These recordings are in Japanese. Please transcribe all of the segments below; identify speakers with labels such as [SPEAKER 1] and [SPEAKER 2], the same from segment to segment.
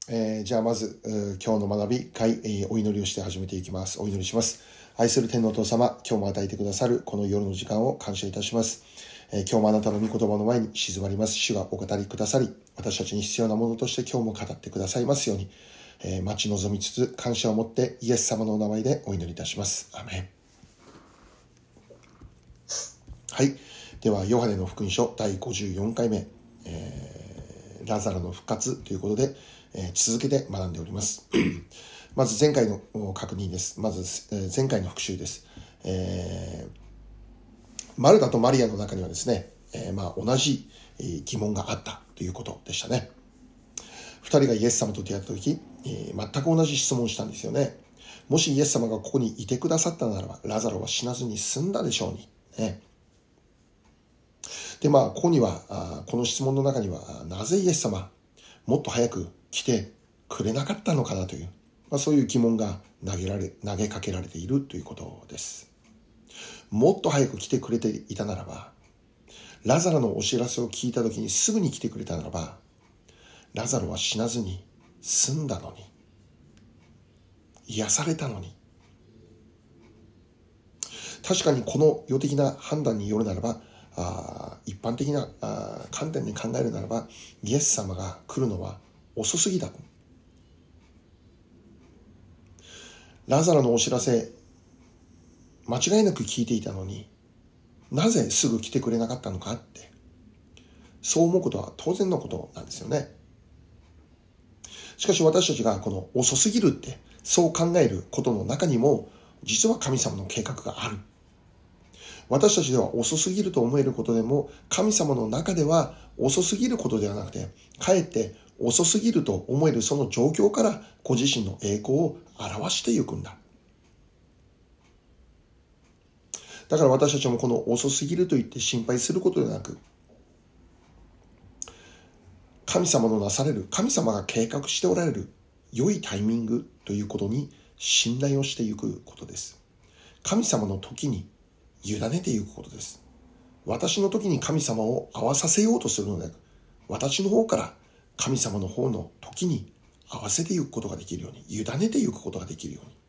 [SPEAKER 1] じゃあまず、今日の学び会、お祈りをして始めていきます。お祈りします。愛する天のお父様、今日も与えてくださるこの夜の時間を感謝いたします。今日もあなたの御言葉の前に静まります。主がお語りくださり、私たちに必要なものとして今日も語ってくださいますように、待ち望みつつ感謝を持ってイエス様のお名前でお祈りいたします。アメン。はい。では、ヨハネの福音書第54回目、ラザロの復活ということで、続けて学んでおります。まず前回の確認です。まず前回の復習です。マルタとマリアの中にはですね、同じ疑問があったということでしたね。二人がイエス様と出会った時、全く同じ質問をしたんですよね。もしイエス様がここにいてくださったならば、ラザロは死なずに済んだでしょうに。で、ここには、この質問の中には、なぜイエス様、もっと早く来てくれなかったのかなという、そういう疑問が投げかけられているということです。もっと早く来てくれていたならば、ラザロのお知らせを聞いたときにすぐに来てくれたならば、ラザロは死なずに済んだのに、癒されたのに。確かにこの世的な判断によるならば、一般的な観点で考えるならば、イエス様が来るのは遅すぎだ。ラザロのお知らせ、間違いなく聞いていたのに、なぜすぐ来てくれなかったのかって、そう思うことは当然のことなんですよね。しかし私たちがこの遅すぎるって、そう考えることの中にも、実は神様の計画がある。私たちでは遅すぎると思えることでも、神様の中では遅すぎることではなくて、かえって遅すぎると思えるその状況からご自身の栄光を表していくんだ。だから私たちもこの遅すぎると言って心配することではなく、神様のなされる、神様が計画しておられる良いタイミングということに信頼をしていくことです。神様の時に委ねていくことです。私の時に神様を合わさせようとするのではなく、私の方から神様の方の時に合わせていくことができるように、委ねていくことができるように。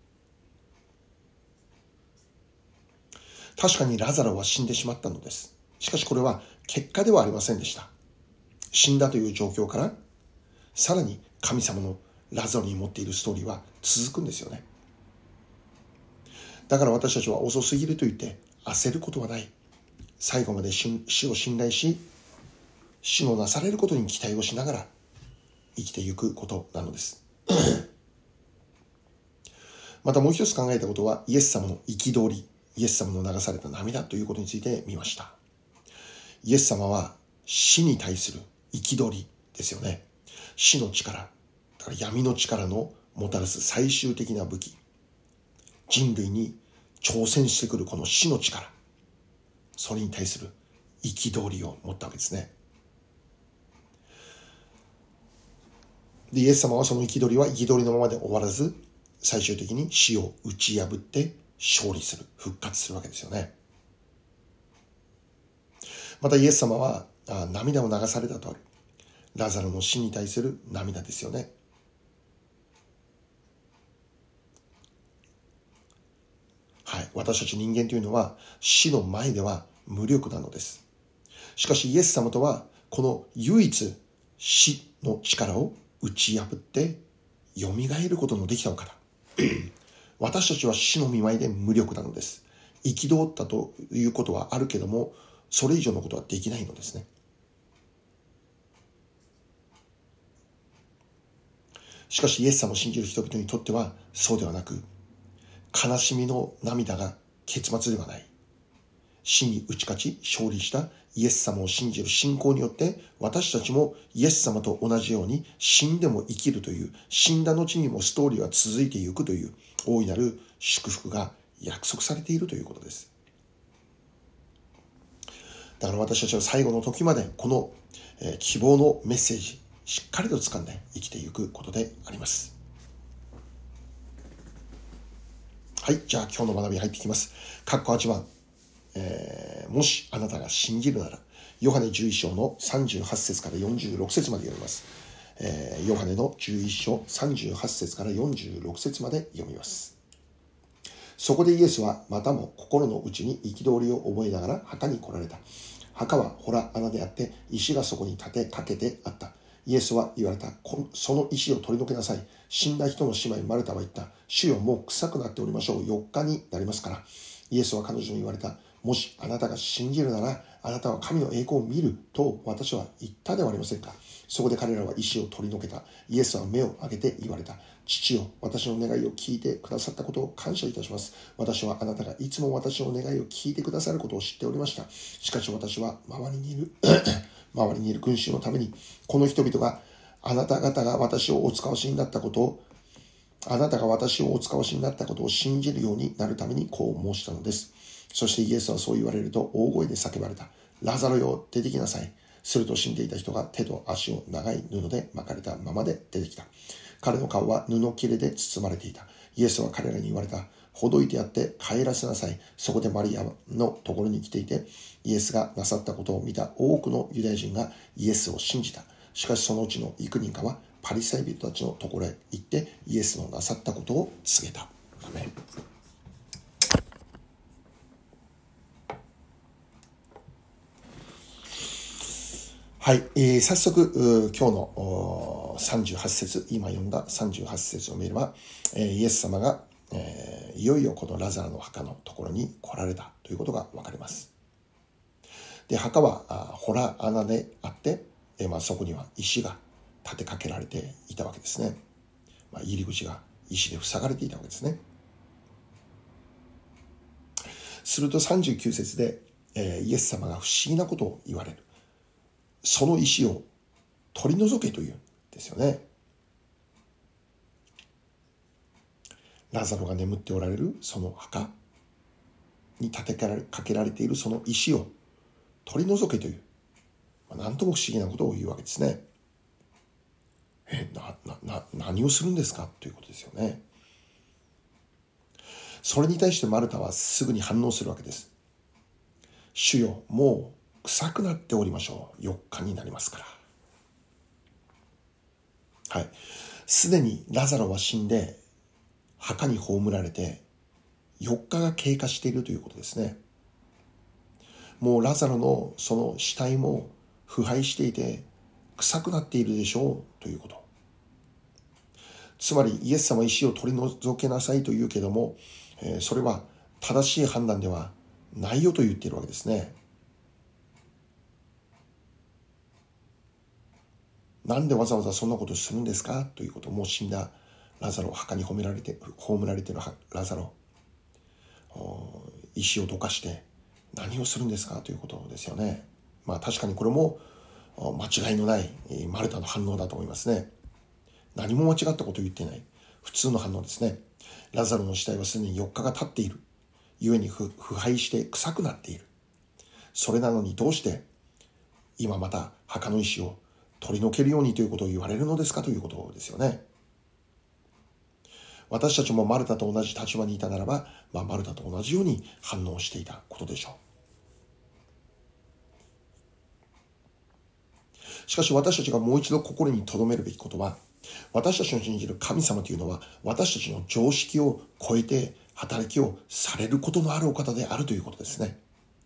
[SPEAKER 1] 確かにラザロは死んでしまったのです。しかしこれは結果ではありませんでした。死んだという状況から、さらに神様のラザロに持っているストーリーは続くんですよね。だから私たちは遅すぎると言って焦ることはない。最後まで主を信頼し、主のなされることに期待をしながら生きていくことなのです。またもう一つ考えたことは、イエス様の憤り、イエス様の流された涙ということについて見ました。イエス様は死に対する憤りですよね。死の力、だから闇の力のもたらす最終的な武器。人類に挑戦してくるこの死の力。それに対する憤りを持ったわけですね。で、イエス様はその憤りは憤りのままで終わらず、最終的に死を打ち破って勝利する、復活するわけですよね。またイエス様は涙を流されたとある。ラザロの死に対する涙ですよね。はい、私たち人間というのは死の前では無力なのです。しかしイエス様とはこの唯一死の力を打ち破って蘇ることのできたお方。私たちは死の見舞いで無力なのです。憤ったということはあるけども、それ以上のことはできないのですね。しかしイエス様を信じる人々にとってはそうではなく、悲しみの涙が結末ではない。死に打ち勝ち勝利したイエス様を信じる信仰によって、私たちもイエス様と同じように死んでも生きるという、死んだ後にもストーリーは続いていくという大いなる祝福が約束されているということです。だから私たちは最後の時までこの希望のメッセージしっかりと掴んで生きていくことであります。はい、じゃあ今日の学び入っていきます。8番、もしあなたが信じるなら、ヨハネ11章の38節から46節まで読みます。 ヨハネの11章38節から46節まで読みます。そこでイエスはまたも心の内に憤りを覚えながら墓に来られた。墓は洞穴であって、石がそこに立てかけてあった。イエスは言われた。その石を取り除けなさい。死んだ人の姉妹マルタは言った。主よ、もう臭くなっておりましょう。4日になりますから。イエスは彼女に言われた。もしあなたが信じるなら、あなたは神の栄光を見ると私は言ったではありませんか。そこで彼らは石を取り除けた。イエスは目を上げて言われた。父よ、私の願いを聞いてくださったことを感謝いたします。私はあなたがいつも私の願いを聞いてくださることを知っておりました。しかし私は周りにいる群衆のために、この人々があなた方が私をお使わしになったことを信じるようになるためにこう申したのです。そしてイエスはそう言われると大声で叫ばれた。ラザロよ、出てきなさい。すると死んでいた人が手と足を長い布で巻かれたままで出てきた。彼の顔は布切れで包まれていた。イエスは彼らに言われた。ほどいてやって帰らせなさい。そこでマリアのところに来ていて、イエスがなさったことを見た多くのユダヤ人がイエスを信じた。しかしそのうちの幾人かはパリサイ人たちのところへ行ってイエスのなさったことを告げた。アメン。はい、早速今日の38節、今読んだ38節を見れば、イエス様が、いよいよこのラザロの墓のところに来られたということがわかります。で、墓は洞穴であって、そこには石が立てかけられていたわけですね。入り口が石で塞がれていたわけですね。すると39節で、イエス様が不思議なことを言われる。その石を取り除けというんですよね。ラザロが眠っておられるその墓に立てかけられているその石を取り除けという、なんとも不思議なことを言うわけですね。何をするんですかということですよね。それに対してマルタはすぐに反応するわけです。主よ、もう臭くなっておりましょう。4日になりますから。はい。すでにラザロは死んで、墓に葬られて、4日が経過しているということですね。もうラザロのその死体も腐敗していて、臭くなっているでしょうということ。つまりイエス様は石を取り除けなさいと言うけども、それは正しい判断ではないよと言っているわけですね。なんでわざわざそんなことをするんですかということ。もう死んだラザロ、墓に葬られているラザロ、石をどかして何をするんですかということですよね。確かにこれも間違いのないマルタの反応だと思いますね。何も間違ったことを言っていない。普通の反応ですね。ラザロの死体はすでに4日が経っている。故に腐敗して臭くなっている。それなのにどうして今また墓の石を取り除けるようにということを言われるのですかということですよね。私たちもマルタと同じ立場にいたならば、マルタと同じように反応していたことでしょう。しかし私たちがもう一度心に留めるべきことは、私たちの信じる神様というのは私たちの常識を超えて働きをされることのあるお方であるということですね。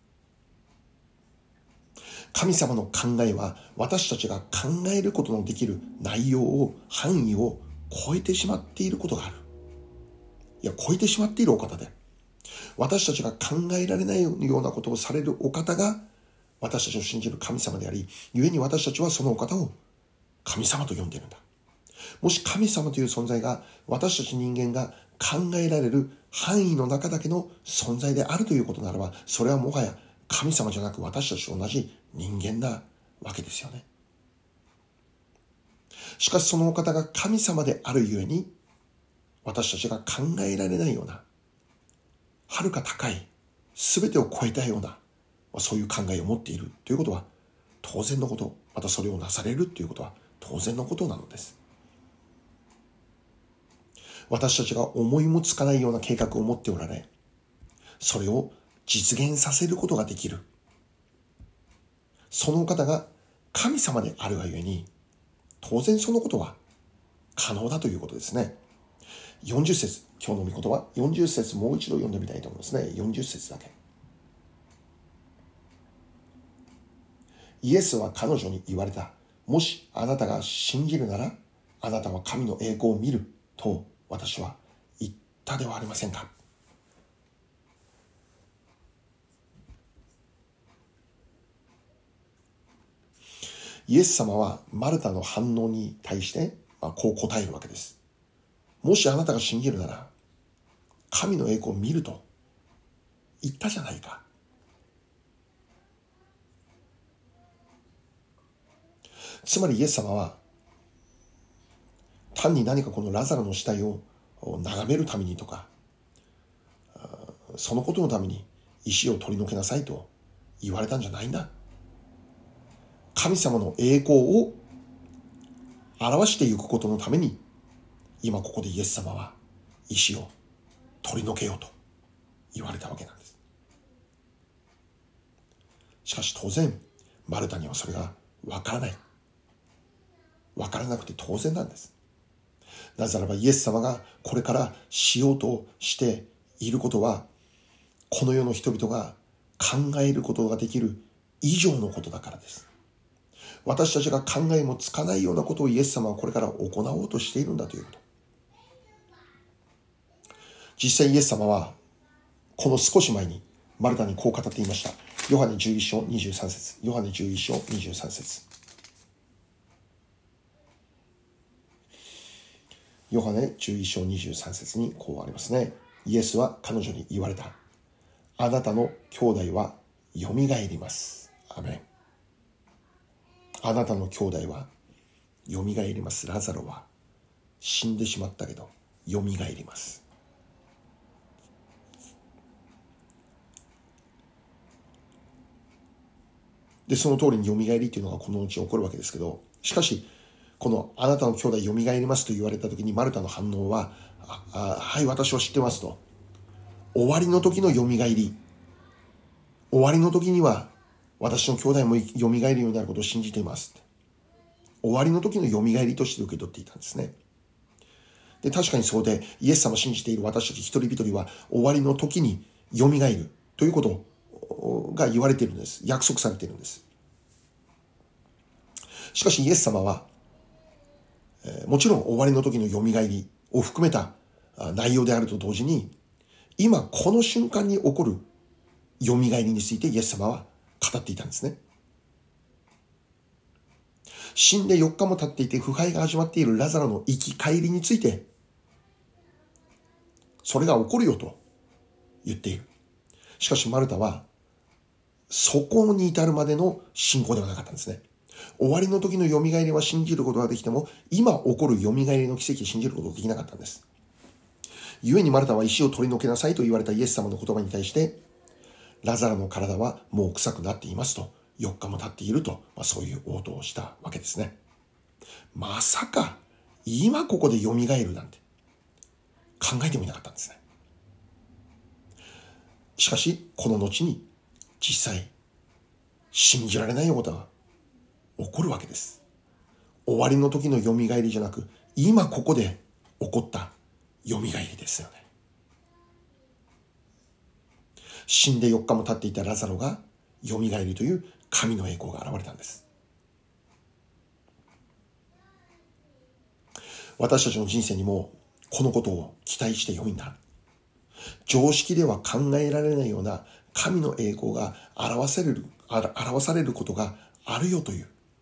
[SPEAKER 1] 神様の考えは私たちが考えることのできる内容範囲を超えてしまっていることがある。超えてしまっているお方で、私たちが考えられないようなことをされるお方が私たちの信じる神様であり、故に私たちはそのお方を神様と呼んでいるんだ。もし神様という存在が私たち人間が考えられる範囲の中だけの存在であるということならば、それはもはや神様じゃなく私たちと同じ人間なわけですよね。しかしそのお方が神様であるゆえに、私たちが考えられないような、遥か高い、全てを超えたような、そういう考えを持っているということは当然のこと、またそれをなされるということは当然のことなのです。私たちが思いもつかないような計画を持っておられ、それを実現させることができる。そのお方が神様であるがゆえに、 当然そのことは可能だということですね。40節、今日の御言葉、40節もう一度読んでみたいと思いますね。40節だけ。イエスは彼女に言われた。もしあなたが信じるなら、あなたは神の栄光を見ると私は言ったではありませんか。イエス様はマルタの反応に対して、こう答えるわけです。もしあなたが信じるなら、神の栄光を見ると言ったじゃないか。つまりイエス様は、単に何かこのラザロの死体を眺めるためにとか、そのことのために石を取り除けなさいと言われたんじゃないんだ。神様の栄光を表していくことのために、今ここでイエス様は石を取り除けようと言われたわけなんです。しかし当然、マルタにはそれがわからない。わからなくて当然なんです。なぜならばイエス様がこれからしようとしていることは、この世の人々が考えることができる以上のことだからです。私たちが考えもつかないようなことをイエス様はこれから行おうとしているんだということ。実際イエス様はこの少し前にマルタにこう語っていました。ヨハネ11章23節。ヨハネ11章23節。ヨハネ11章23節にこうありますね。イエスは彼女に言われた。あなたの兄弟はよみがえります。アメン。あなたの兄弟はよみがえります。ラザロは死んでしまったけどよみがえります。で、その通りによみがえりというのがこのうち起こるわけですけど、しかしこのあなたの兄弟よみがえりますと言われた時にマルタの反応は、はい、私は知ってますと。終わりの時のよみがえり、終わりの時には私の兄弟もよみがえるようになることを信じています。終わりの時のよみがえりとして受け取っていたんですね。で、確かにそうで、イエス様を信じている私たち一人一人は終わりの時によみがえるということが言われているんです。約束されているんです。しかしイエス様は、もちろん終わりの時のよみがえりを含めた内容であると同時に、今この瞬間に起こるよみがえりについてイエス様は語っていたんですね。死んで4日も経っていて腐敗が始まっているラザロの生き返りについて、それが起こるよと言っている。しかしマルタはそこに至るまでの信仰ではなかったんですね。終わりの時のよみがえりは信じることができても、今起こるよみがえりの奇跡を信じることができなかったんです。故にマルタは石を取り除けなさいと言われたイエス様の言葉に対して、ラザロの体はもう臭くなっていますと、4日も経っていると、そういう応答をしたわけですね。まさか今ここでよみがえるなんて考えてもいなかったんですね。しかしこの後に実際信じられないことが起こるわけです。終わりの時のよみがえりじゃなく、今ここで起こったよみがえりですよね。死んで4日も経っていたラザロがよみがえりという神の栄光が現れたんです。私たちの人生にもこのことを期待してよいんだ。常識では考えられないような神の栄光が表されることがあるよという。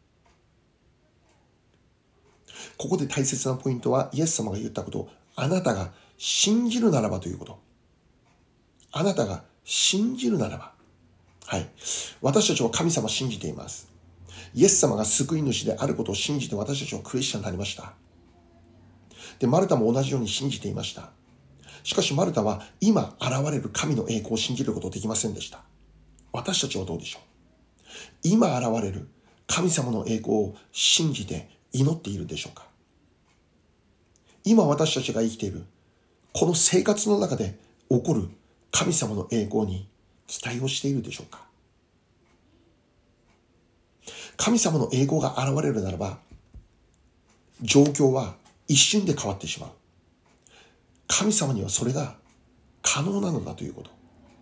[SPEAKER 1] ここで大切なポイントは、イエス様が言ったこと、あなたが信じるならばということ。あなたが信じるならば。はい。私たちは神様を信じています。イエス様が救い主であることを信じて私たちはクリスチャンになりました。で、マルタも同じように信じていました。しかしマルタは今現れる神の栄光を信じることができませんでした。私たちはどうでしょう。今現れる神様の栄光を信じて祈っているでしょうか。今私たちが生きているこの生活の中で起こる神様の栄光に期待をしているでしょうか。神様の栄光が現れるならば、 状況は一瞬で変わってしまう。神様にはそれが可能なのだということ。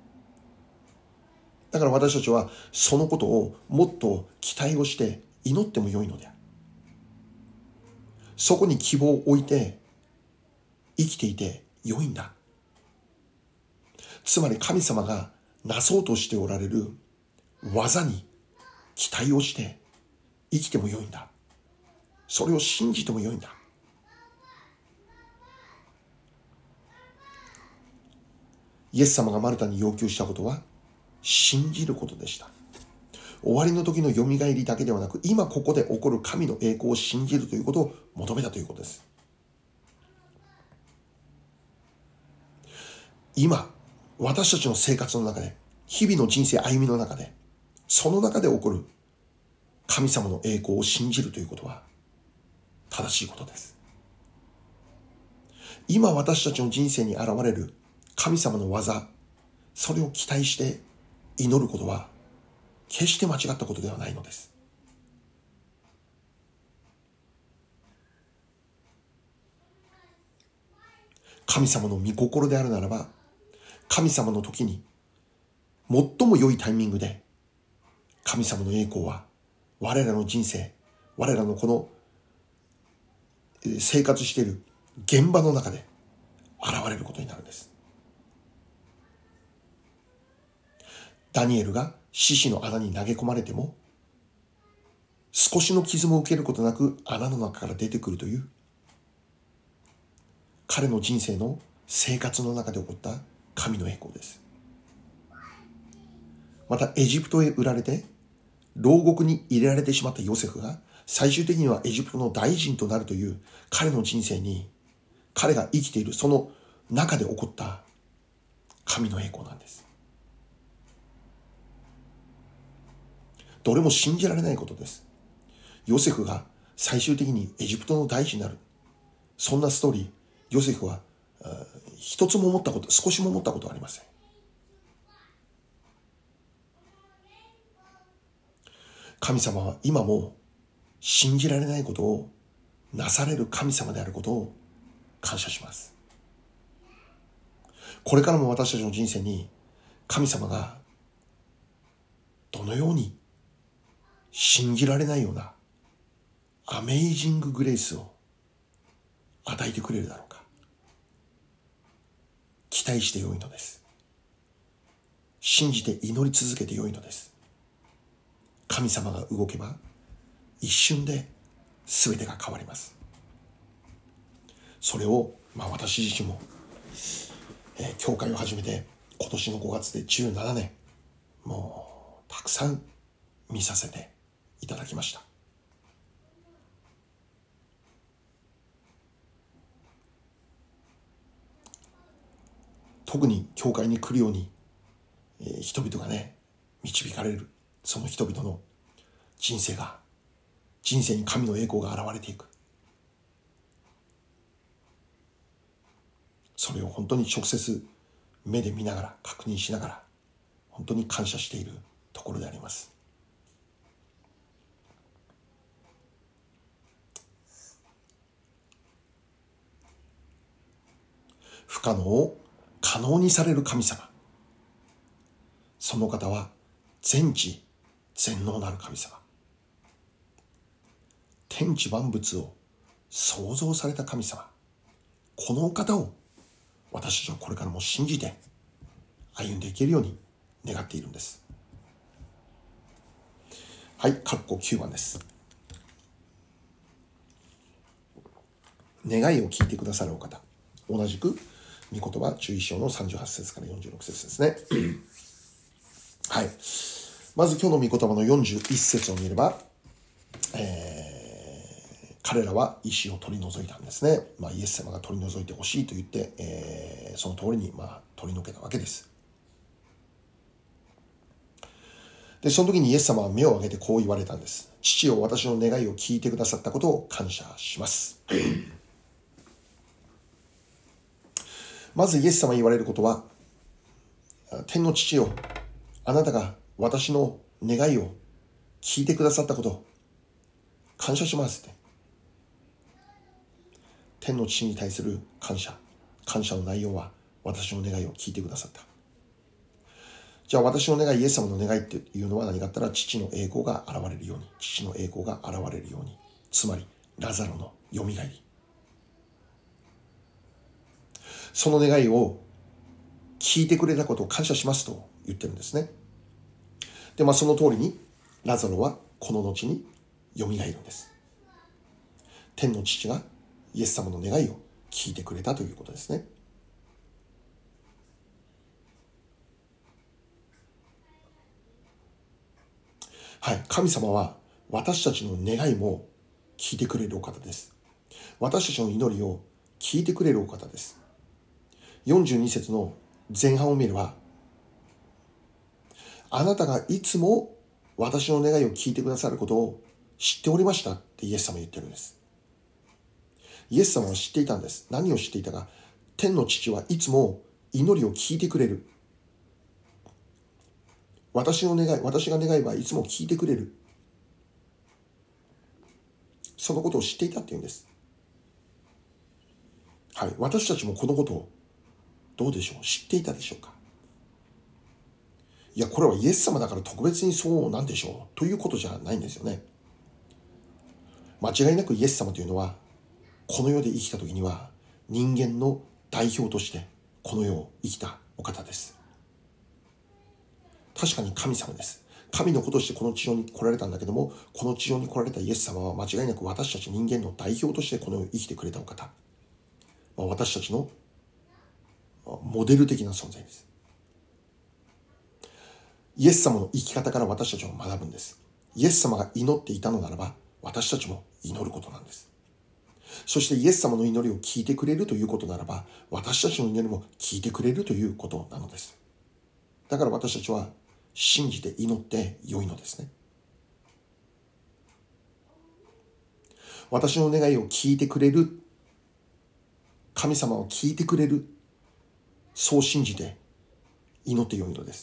[SPEAKER 1] だから私たちはそのことをもっと期待をして祈ってもよいのである。そこに希望を置いて生きていてよいんだ。つまり神様がなそうとしておられる技に期待をして生きてもよいんだ。それを信じてもよいんだ。イエス様がマルタに要求したことは信じることでした。終わりの時のよみがえりだけではなく、今ここで起こる神の栄光を信じるということを求めたということです。今、私たちの生活の中で、日々の人生歩みの中で、その中で起こる神様の栄光を信じるということは正しいことです。今私たちの人生に現れる神様の技、それを期待して祈ることは決して間違ったことではないのです。神様の御心であるならば、神様の時に最も良いタイミングで神様の栄光は我らの人生、我らのこの生活している現場の中で現れることになるんです。ダニエルが獅子の穴に投げ込まれても少しの傷も受けることなく穴の中から出てくるという彼の人生の生活の中で起こった神の栄光です。またエジプトへ売られて牢獄に入れられてしまったヨセフが最終的にはエジプトの大臣となるという彼の人生に彼が生きているその中で起こった神の栄光なんです。どれも信じられないことです。ヨセフが最終的にエジプトの大臣になる。そんなストーリー、ヨセフは一つも思ったこと、少しも思ったことはありません。神様は今も信じられないことをなされる神様であることを感謝します。これからも私たちの人生に神様がどのように信じられないようなアメイジンググレースを与えてくれるだろうか。期待してよいのです。信じて祈り続けてよいのです。神様が動けば一瞬で全てが変わります。それを、私自身も、教会を始めて今年の5月で17年、もうたくさん見させていただきました。特に教会に来るように、人々がね導かれる、その人々の人生に神の栄光が現れていく、それを本当に直接目で見ながら確認しながら本当に感謝しているところであります。不可能を可能にされる神様、その方は全知全能なる神様、天地万物を創造された神様、このお方を私たちはこれからも信じて歩んでいけるように願っているんです。はい、括弧9番です。願いを聞いてくださるお方、同じく御言葉11章の38節から46節ですね。はい。まず今日の御言葉の41節を見れば、彼らは石を取り除いたんですね。イエス様が取り除いてほしいと言って、その通りに取り除けたわけです。で、その時にイエス様は目を上げてこう言われたんです。父よ、私の願いを聞いてくださったことを感謝します。まずイエス様に言われることは、天の父よ、あなたが私の願いを聞いてくださったことを感謝しますって。 天の父に対する感謝の内容は私の願いを聞いてくださった。じゃあ私の願い、イエス様の願いっていうのは何かあったら、父の栄光が現れるように、父の栄光が現れるように、つまりラザロのよみがえり、その願いを聞いてくれたことを感謝しますと言ってるんですね。で、その通りにラザロはこの後によみがえるんです。天の父がイエス様の願いを聞いてくれたということですね。はい、神様は私たちの願いも聞いてくれるお方です。私たちの祈りを聞いてくれるお方です。42節の前半を見れば、あなたがいつも私の願いを聞いてくださることを知っておりましたってイエス様は言ってるんです。イエス様は知っていたんです。何を知っていたか。天の父はいつも祈りを聞いてくれる。私が願えばいつも聞いてくれる。そのことを知っていたっていうんです。はい。私たちもこのことをどうでしょう、知っていたでしょうか。いや、これはイエス様だから特別にそうなんでしょうということじゃないんですよね。間違いなくイエス様というのは、この世で生きた時には人間の代表としてこの世を生きたお方です。確かに神様です。神の子としてこの地上に来られたんだけども、この地上に来られたイエス様は間違いなく私たち人間の代表としてこの世を生きてくれたお方。私たちのモデル的な存在です。イエス様の生き方から私たちは学ぶんです。イエス様が祈っていたのならば、私たちも祈ることなんです。そしてイエス様の祈りを聞いてくれるということならば、私たちの祈りも聞いてくれるということなのです。だから私たちは信じて祈って良いのですね。私の願いを聞いてくれる、神様を聞いてくれる、そう信じて祈って良いのです。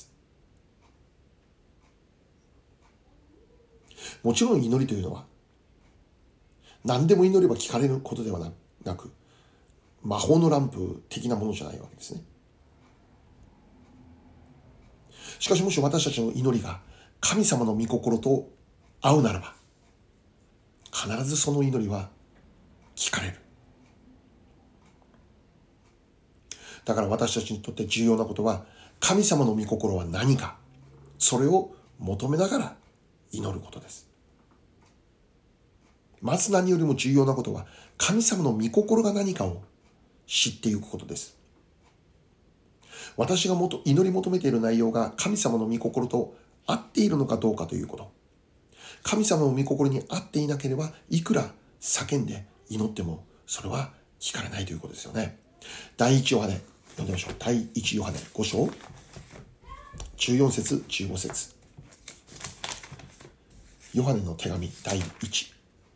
[SPEAKER 1] もちろん祈りというのは何でも祈れば聞かれることではなく、魔法のランプ的なものじゃないわけですね。しかしもし私たちの祈りが神様の御心と合うならば、必ずその祈りは聞かれる。だから私たちにとって重要なことは、神様の御心は何か、それを求めながら祈ることです。まず何よりも重要なことは、神様の御心が何かを知っていくことです。私が祈り求めている内容が神様の御心と合っているのかどうかということ。神様の御心に合っていなければ、いくら叫んで祈ってもそれは聞かれないということですよね。第一ヨハネ、読んでみましょう。第一ヨハネ5章14節15節。ヨハネの手紙第1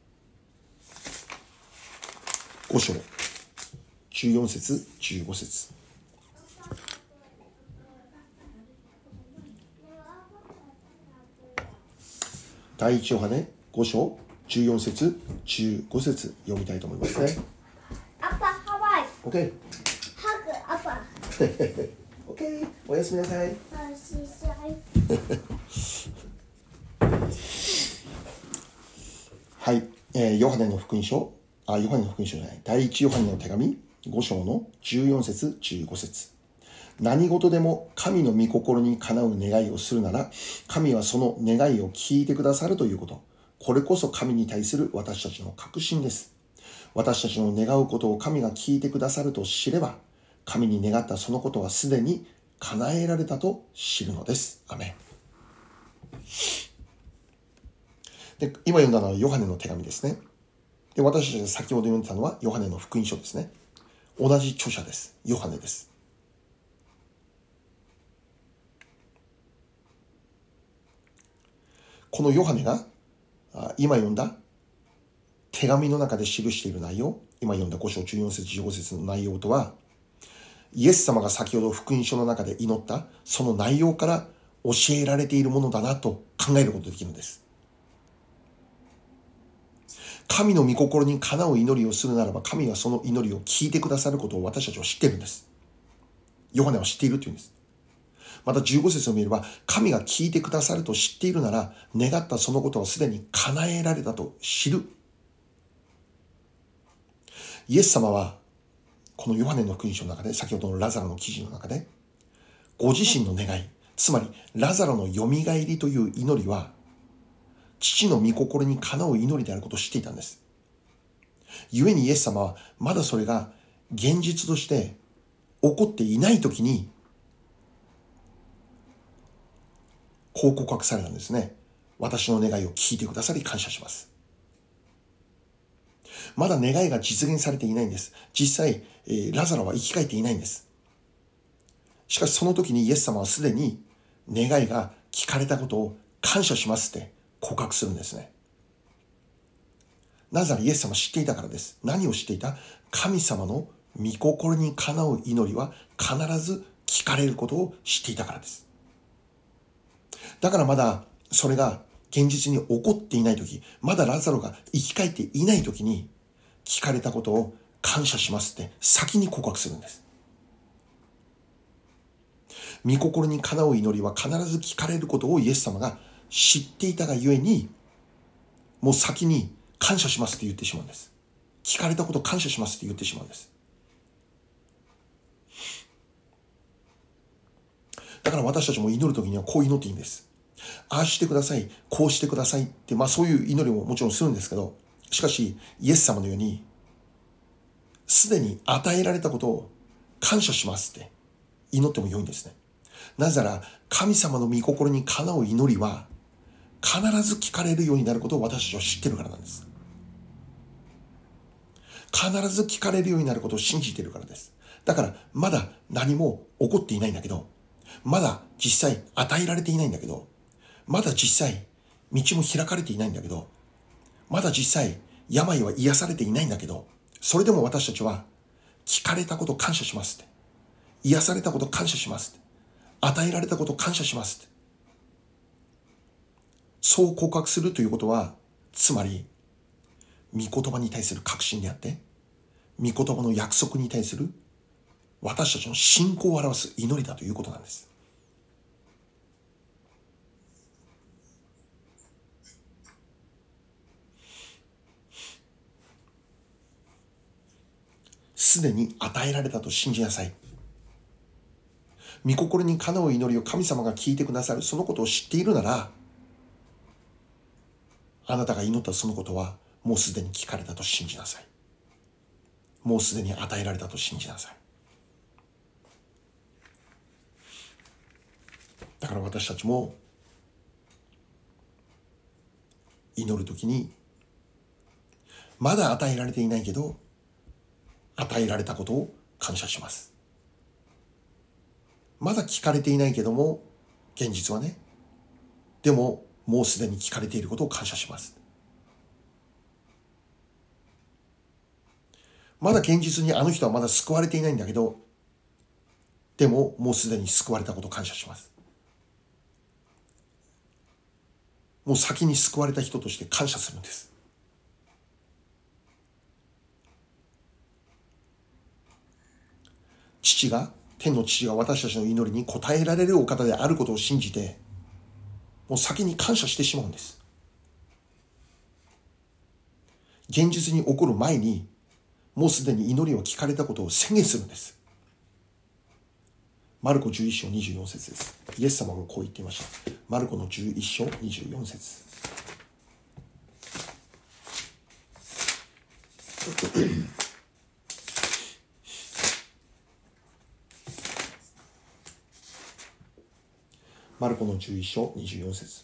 [SPEAKER 1] 5章14節15節。第一ヨハネ5章14節15節読みたいと思いますね。
[SPEAKER 2] アッパハワイ。
[SPEAKER 1] OK。
[SPEAKER 2] ハグアッパ。
[SPEAKER 1] OK。おやすみなさい。
[SPEAKER 2] おやすみなさい。
[SPEAKER 1] はい、ヨハネの福音書じゃない。第一ヨハネの手紙5章の14節15節。何事でも神の御心にかなう願いをするなら、神はその願いを聞いてくださるということ。これこそ神に対する私たちの確信です。私たちの願うことを神が聞いてくださると知れば、神に願ったそのことはすでに叶えられたと知るのです。アメン。で、今読んだのはヨハネの手紙ですね。で、私たちが先ほど読んでたのはヨハネの福音書ですね。同じ著者です。ヨハネです。このヨハネが今読んだ手紙の中で記している内容、今読んだ5章14節15節の内容とは、イエス様が先ほど福音書の中で祈ったその内容から教えられているものだなと考えることができるのです。 神の御心にかなう祈りをするならば、神はその祈りを聞いてくださることを私たちは知っているんです。ヨハネは知っているというんです。また15節を見れば、神が聞いてくださると知っているなら、願ったそのことはすでに叶えられたと知る。イエス様は、このヨハネの福音書の中で、先ほどのラザロの記事の中で、ご自身の願い、つまりラザロのよみがえりという祈りは、父の御心にかなう祈りであることを知っていたんです。故にイエス様は、まだそれが現実として起こっていないときに、こう告白されたんですね。私の願いを聞いてくださり感謝します。まだ願いが実現されていないんです。実際、ラザロは生き返っていないんです。しかしその時にイエス様はすでに願いが聞かれたことを感謝しますって告白するんですね。なぜならイエス様は知っていたからです。何を知っていた？神様の御心にかなう祈りは必ず聞かれることを知っていたからです。だからまだそれが現実に起こっていないとき、まだラザロが生き返っていないときに聞かれたことを感謝しますって先に告白するんです。御心にかなう祈りは必ず聞かれることをイエス様が知っていたがゆえに、もう先に感謝しますって言ってしまうんです。聞かれたことを感謝しますって言ってしまうんです。だから私たちも祈るときにはこう祈っていいんです。ああしてください、こうしてくださいって、そういう祈りももちろんするんですけど、しかしイエス様のように、すでに与えられたことを感謝しますって祈っても良いんですね。なぜなら、神様の御心にかなう祈りは、必ず聞かれるようになることを私たちは知ってるからなんです。必ず聞かれるようになることを信じているからです。だから、まだ何も起こっていないんだけど、まだ実際与えられていないんだけど、まだ実際道も開かれていないんだけど、まだ実際病は癒されていないんだけど、それでも私たちは聞かれたことを感謝しますって。癒されたことを感謝しますって。与えられたことを感謝しますって。そう告白するということは、つまり、御言葉に対する確信であって、御言葉の約束に対する私たちの信仰を表す祈りだということなんです。すでに与えられたと信じなさい。御心にかなう祈りを神様が聞いてくださる、そのことを知っているなら、あなたが祈ったそのことはもうすでに聞かれたと信じなさい。もうすでに与えられたと信じなさい。だから私たちも祈るときに、まだ与えられていないけど、与えられたことを感謝します。まだ聞かれていないけども、現実はね。でも、もうすでに聞かれていることを感謝します。まだ現実にあの人はまだ救われていないんだけど、でも、もうすでに救われたことを感謝します。もう先に救われた人として感謝するんです。天の父が私たちの祈りに応えられるお方であることを信じて、もう先に感謝してしまうんです。現実に起こる前に、もうすでに祈りを聞かれたことを宣言するんです。マルコ11章24節です。イエス様がこう言っていました。マルコの11章24節マルコの11章24節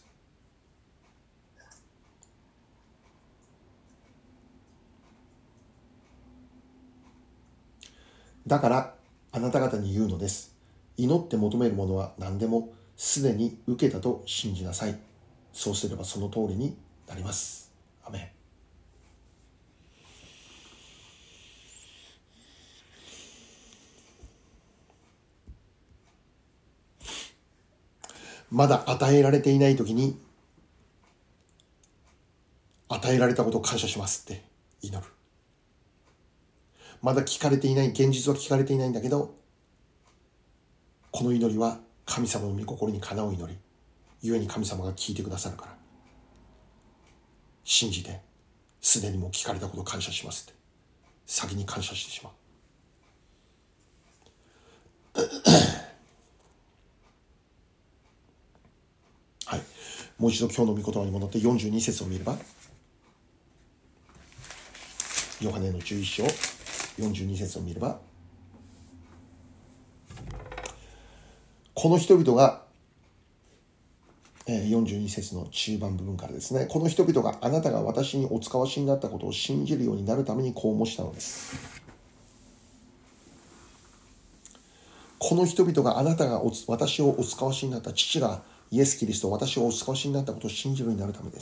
[SPEAKER 1] だからあなた方に言うのです。祈って求めるものは何でもすでに受けたと信じなさい。そうすればその通りになります。アメン。まだ与えられていないときに与与えられたことを感謝しますって祈る。まだ聞かれていない、現実は聞かれていないんだけど、この祈りは神様の御心にかなう祈り、故に神様が聞いてくださるから、信じて、すでにもう聞かれたことを感謝しますって先に感謝してしまう。はい、もう一度今日の御言葉に戻って42節を見れば、ヨハネの11章42節を見れば、この人々が42節の中盤部分からですね、この人々があなたが私にお使わしになったことを信じるようになるためにこう申したのです。この人々があなたが私をお使わしになった、父がイエス・キリスト、私をお使わしになったことを信じるようになるためです。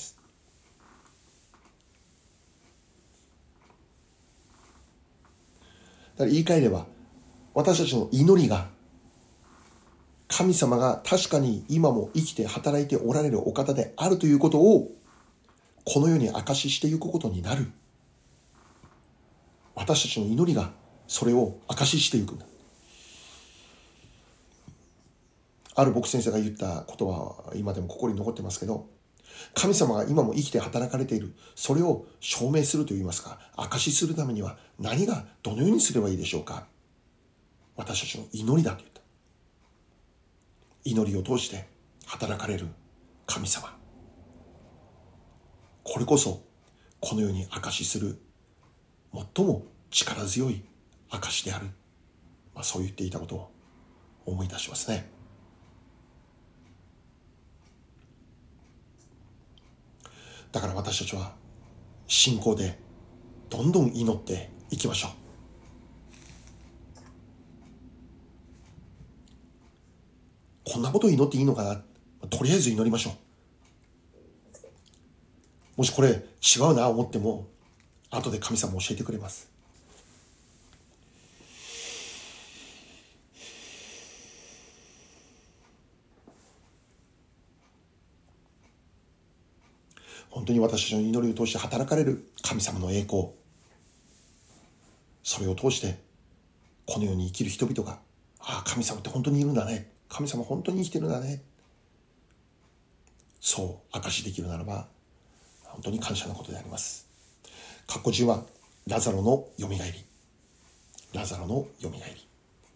[SPEAKER 1] だから言い換えれば、私たちの祈りが、神様が確かに今も生きて働いておられるお方であるということを、この世に証ししていくことになる。私たちの祈りがそれを証ししていくんだ。ある牧師先生が言ったことは今でも心に残ってますけど、神様が今も生きて働かれている、それを証明するといいますか、証しするためにはどのようにすればいいでしょうか。私たちの祈りだと言った。祈りを通して働かれる神様、これこそこの世に証しする最も力強い証である、そう言っていたことを思い出しますね。だから私たちは信仰でどんどん祈っていきましょう。こんなことを祈っていいのかな、とりあえず祈りましょう。もしこれ違うな思っても後で神様教えてくれます。本当に私たちの祈りを通して働かれる神様の栄光、それを通してこの世に生きる人々が、神様って本当にいるんだね、神様本当に生きてるんだね、そう証しできるならば本当に感謝のことであります。括弧10はラザロのよみがえり。ラザロのよみがえり。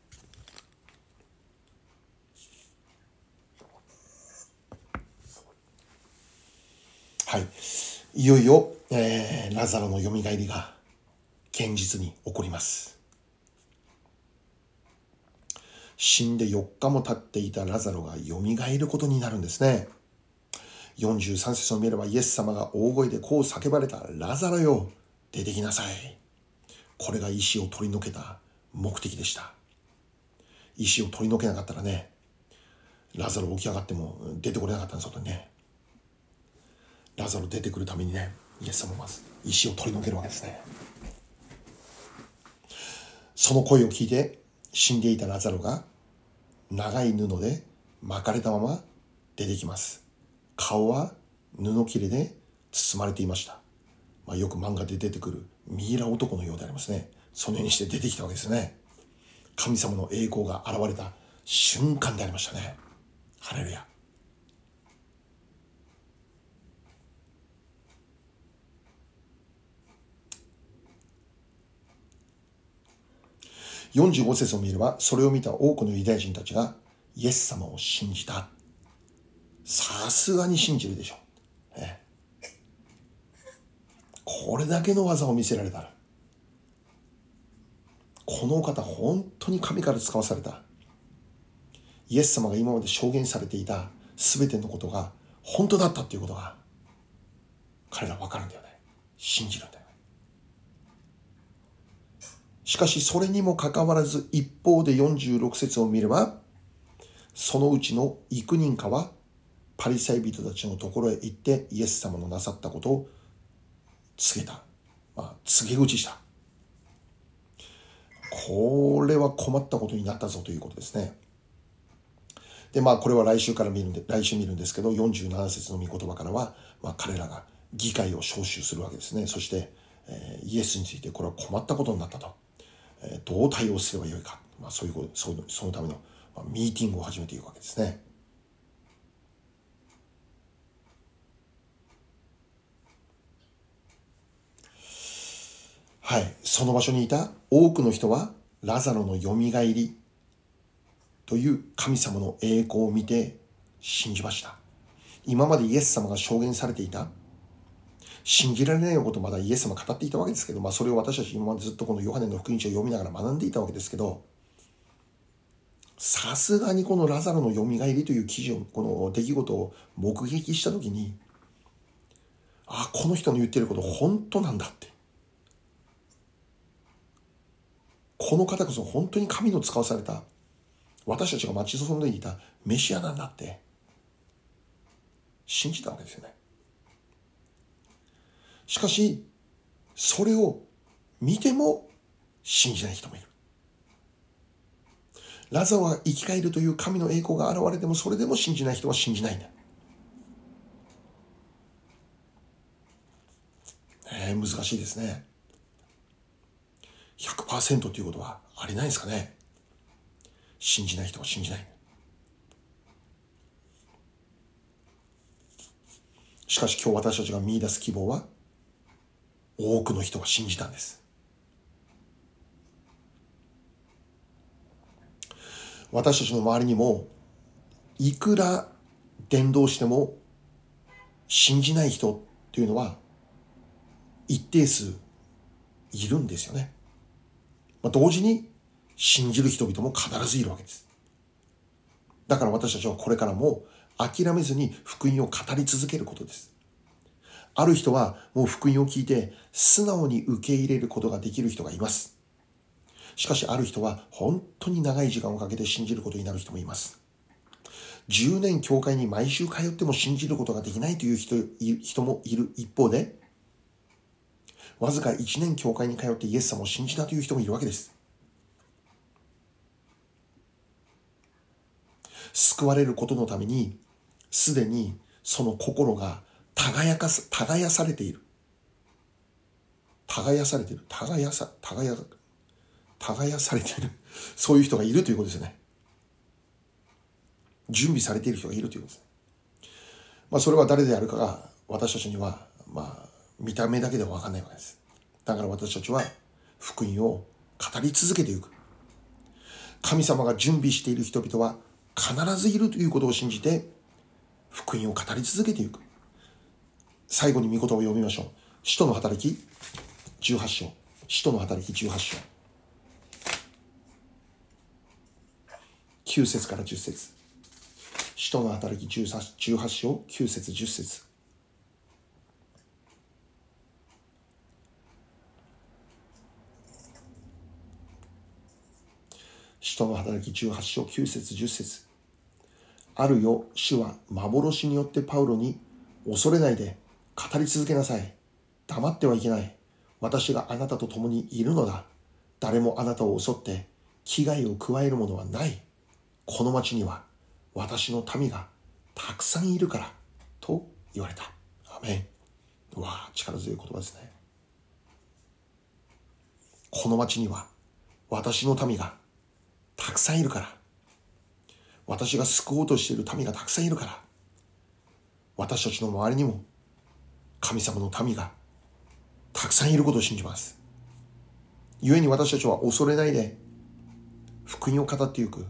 [SPEAKER 1] はい、いよいよ、ラザロのよみがえりが現実に起こります。死んで4日も経っていたラザロがよみがえることになるんですね。43節を見れば、イエス様が大声でこう叫ばれた。ラザロよ、出てきなさい。これが石を取り除けた目的でした。石を取り除けなかったらね、ラザロ起き上がっても出てこれなかったんですよね。ラザロ出てくるためにね、イエス様はまず石を取り除けるわけですね。その声を聞いて死んでいたラザロが長い布で巻かれたまま出てきます。顔は布切れで包まれていました。よく漫画で出てくるミイラ男のようでありますね。そのようにして出てきたわけですね。神様の栄光が現れた瞬間でありましたね。ハレルヤ。45節を見れば、それを見た多くのユダヤ人たちがイエス様を信じた。さすがに信じるでしょう。これだけの技を見せられたら、このお方本当に神から使わされた。イエス様が今まで証言されていた全てのことが本当だったということが彼ら分かるんだよね。信じるんだよね。しかしそれにもかかわらず、一方で46節を見れば、そのうちの幾人かはパリサイ人たちのところへ行ってイエス様のなさったことを告げた。告げ口した。これは困ったことになったぞということですね。で、これは来週見るんですけど、47節の御言葉からは、彼らが議会を招集するわけですね。そして、イエスについてこれは困ったことになったと、どう対応すればよいか、そういうそのための、ミーティングを始めていくわけですね。はい、その場所にいた多くの人はラザロのよみがえりという神様の栄光を見て信じました。今までイエス様が証言されていた信じられないことをまだイエス様が語っていたわけですけど、それを私たち今までずっとこのヨハネの福音書を読みながら学んでいたわけですけど、さすがにこのラザロのよみがえりという記事を、この出来事を目撃したときに、この人の言っていること本当なんだって。この方こそ本当に神の使わされた、私たちが待ち望んでいたメシアなんだって信じたわけですよね。しかしそれを見ても信じない人もいる。ラザロは生き返るという神の栄光が現れても、それでも信じない人は信じないんだ。難しいですね。100% ということはありないですかね。信じない人は信じない。しかし今日私たちが見出す希望は、多くの人が信じたんです。私たちの周りにもいくら伝道しても信じない人っていうのは一定数いるんですよね。同時に信じる人々も必ずいるわけです。だから私たちはこれからも諦めずに福音を語り続けることです。ある人はもう福音を聞いて素直に受け入れることができる人がいます。しかしある人は本当に長い時間をかけて信じることになる人もいます。10年教会に毎週通っても信じることができないという人もいる一方で、わずか1年教会に通ってイエス様を信じたという人もいるわけです。救われることのためにすでにその心が耕されている。耕されている。そういう人がいるということですよね。準備されている人がいるということです。それは誰であるかが私たちには見た目だけでは分かんないわけです。だから私たちは福音を語り続けていく。神様が準備している人々は必ずいるということを信じて福音を語り続けていく。最後に御言葉を読みましょう。使徒の働き18章。使徒の働き18章。9節から10節。使徒の働き18章9節10節。使徒の働き18章9節10節。あるよ、主は幻によってパウロに、恐れないで語り続けなさい。黙ってはいけない。私があなたと共にいるのだ。誰もあなたを襲って危害を加えるものはない。この町には私の民がたくさんいるからと言われた。アメン。力強い言葉ですね。この町には私の民がたくさんいるから、私が救おうとしている民がたくさんいるから、私たちの周りにも神様の民がたくさんいることを信じます。故に私たちは恐れないで福音を語っていく。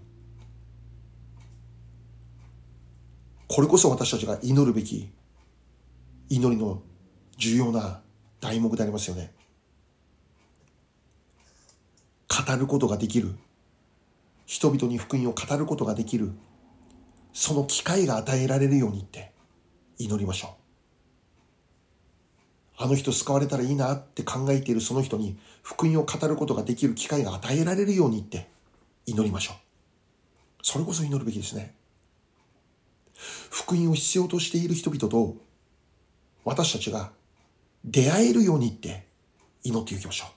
[SPEAKER 1] これこそ私たちが祈るべき祈りの重要な題目でありますよね。語ることができる、人々に福音を語ることができる、その機会が与えられるようにって祈りましょう。あの人救われたらいいなって考えているその人に福音を語ることができる機会が与えられるようにって祈りましょう。それこそ祈るべきですね。福音を必要としている人々と私たちが出会えるようにって祈っていきましょう。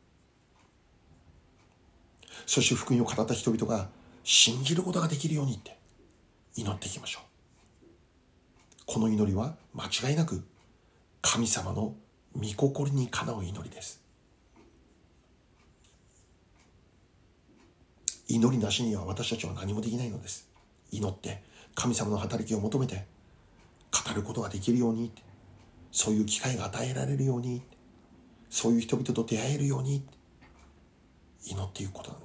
[SPEAKER 1] そして福音を語った人々が信じることができるようにって祈っていきましょう。この祈りは間違いなく神様の御心にかなう祈りです。祈りなしには私たちは何もできないのです。祈って神様の働きを求めて語ることができるように、そういう機会が与えられるように、そういう人々と出会えるように祈っていくことなんです。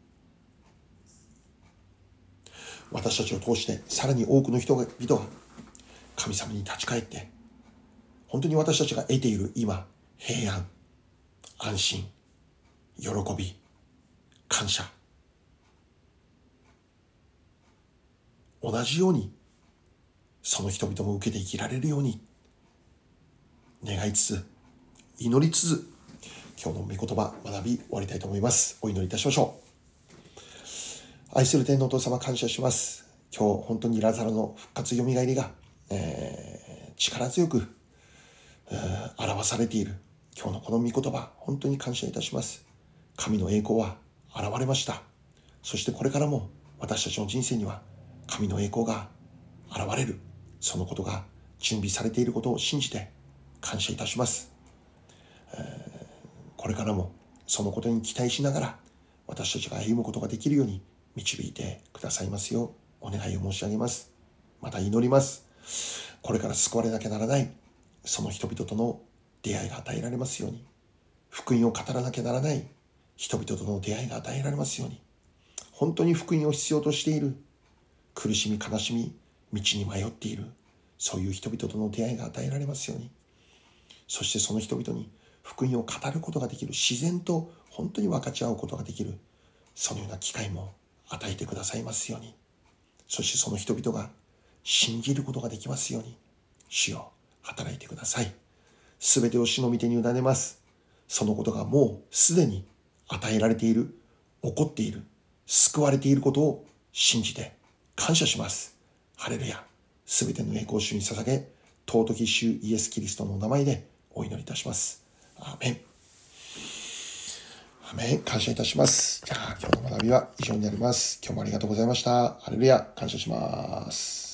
[SPEAKER 1] 私たちを通してさらに多くの人々が神様に立ち返って、本当に私たちが得ている今、平安、安心、喜び、感謝、同じようにその人々も受けて生きられるように願いつつ、祈りつつ、今日の御言葉学び終わりたいと思います。お祈りいたしましょう。愛する天のお父様、感謝します。今日本当にラザロの復活よみがえりが、力強く表されている今日のこの御言葉、本当に感謝いたします。神の栄光は現れました。そしてこれからも私たちの人生には神の栄光が現れる、そのことが準備されていることを信じて感謝いたします。これからもそのことに期待しながら私たちが歩むことができるように導いてくださいますようお願いを申し上げます。また祈ります。これから救われなきゃならないその人々との出会いが与えられますように、福音を語らなきゃならない人々との出会いが与えられますように、本当に福音を必要としている、苦しみ悲しみ道に迷っているそういう人々との出会いが与えられますように、そしてその人々に福音を語ることができる、自然と本当に分かち合うことができる、そのような機会も与えてくださいますように、そしてその人々が信じることができますように、主よ働いてください。すべてを主の御手に委ねます。そのことがもうすでに与えられている、起こっている、救われていることを信じて感謝します。ハレルヤ。すべての栄光を主に捧げ、尊き主イエス・キリストのお名前でお祈りいたします。アーメン。アーメン。感謝いたします。じゃあ今日の学びは以上になります。今日もありがとうございました。ハレルヤ。感謝します。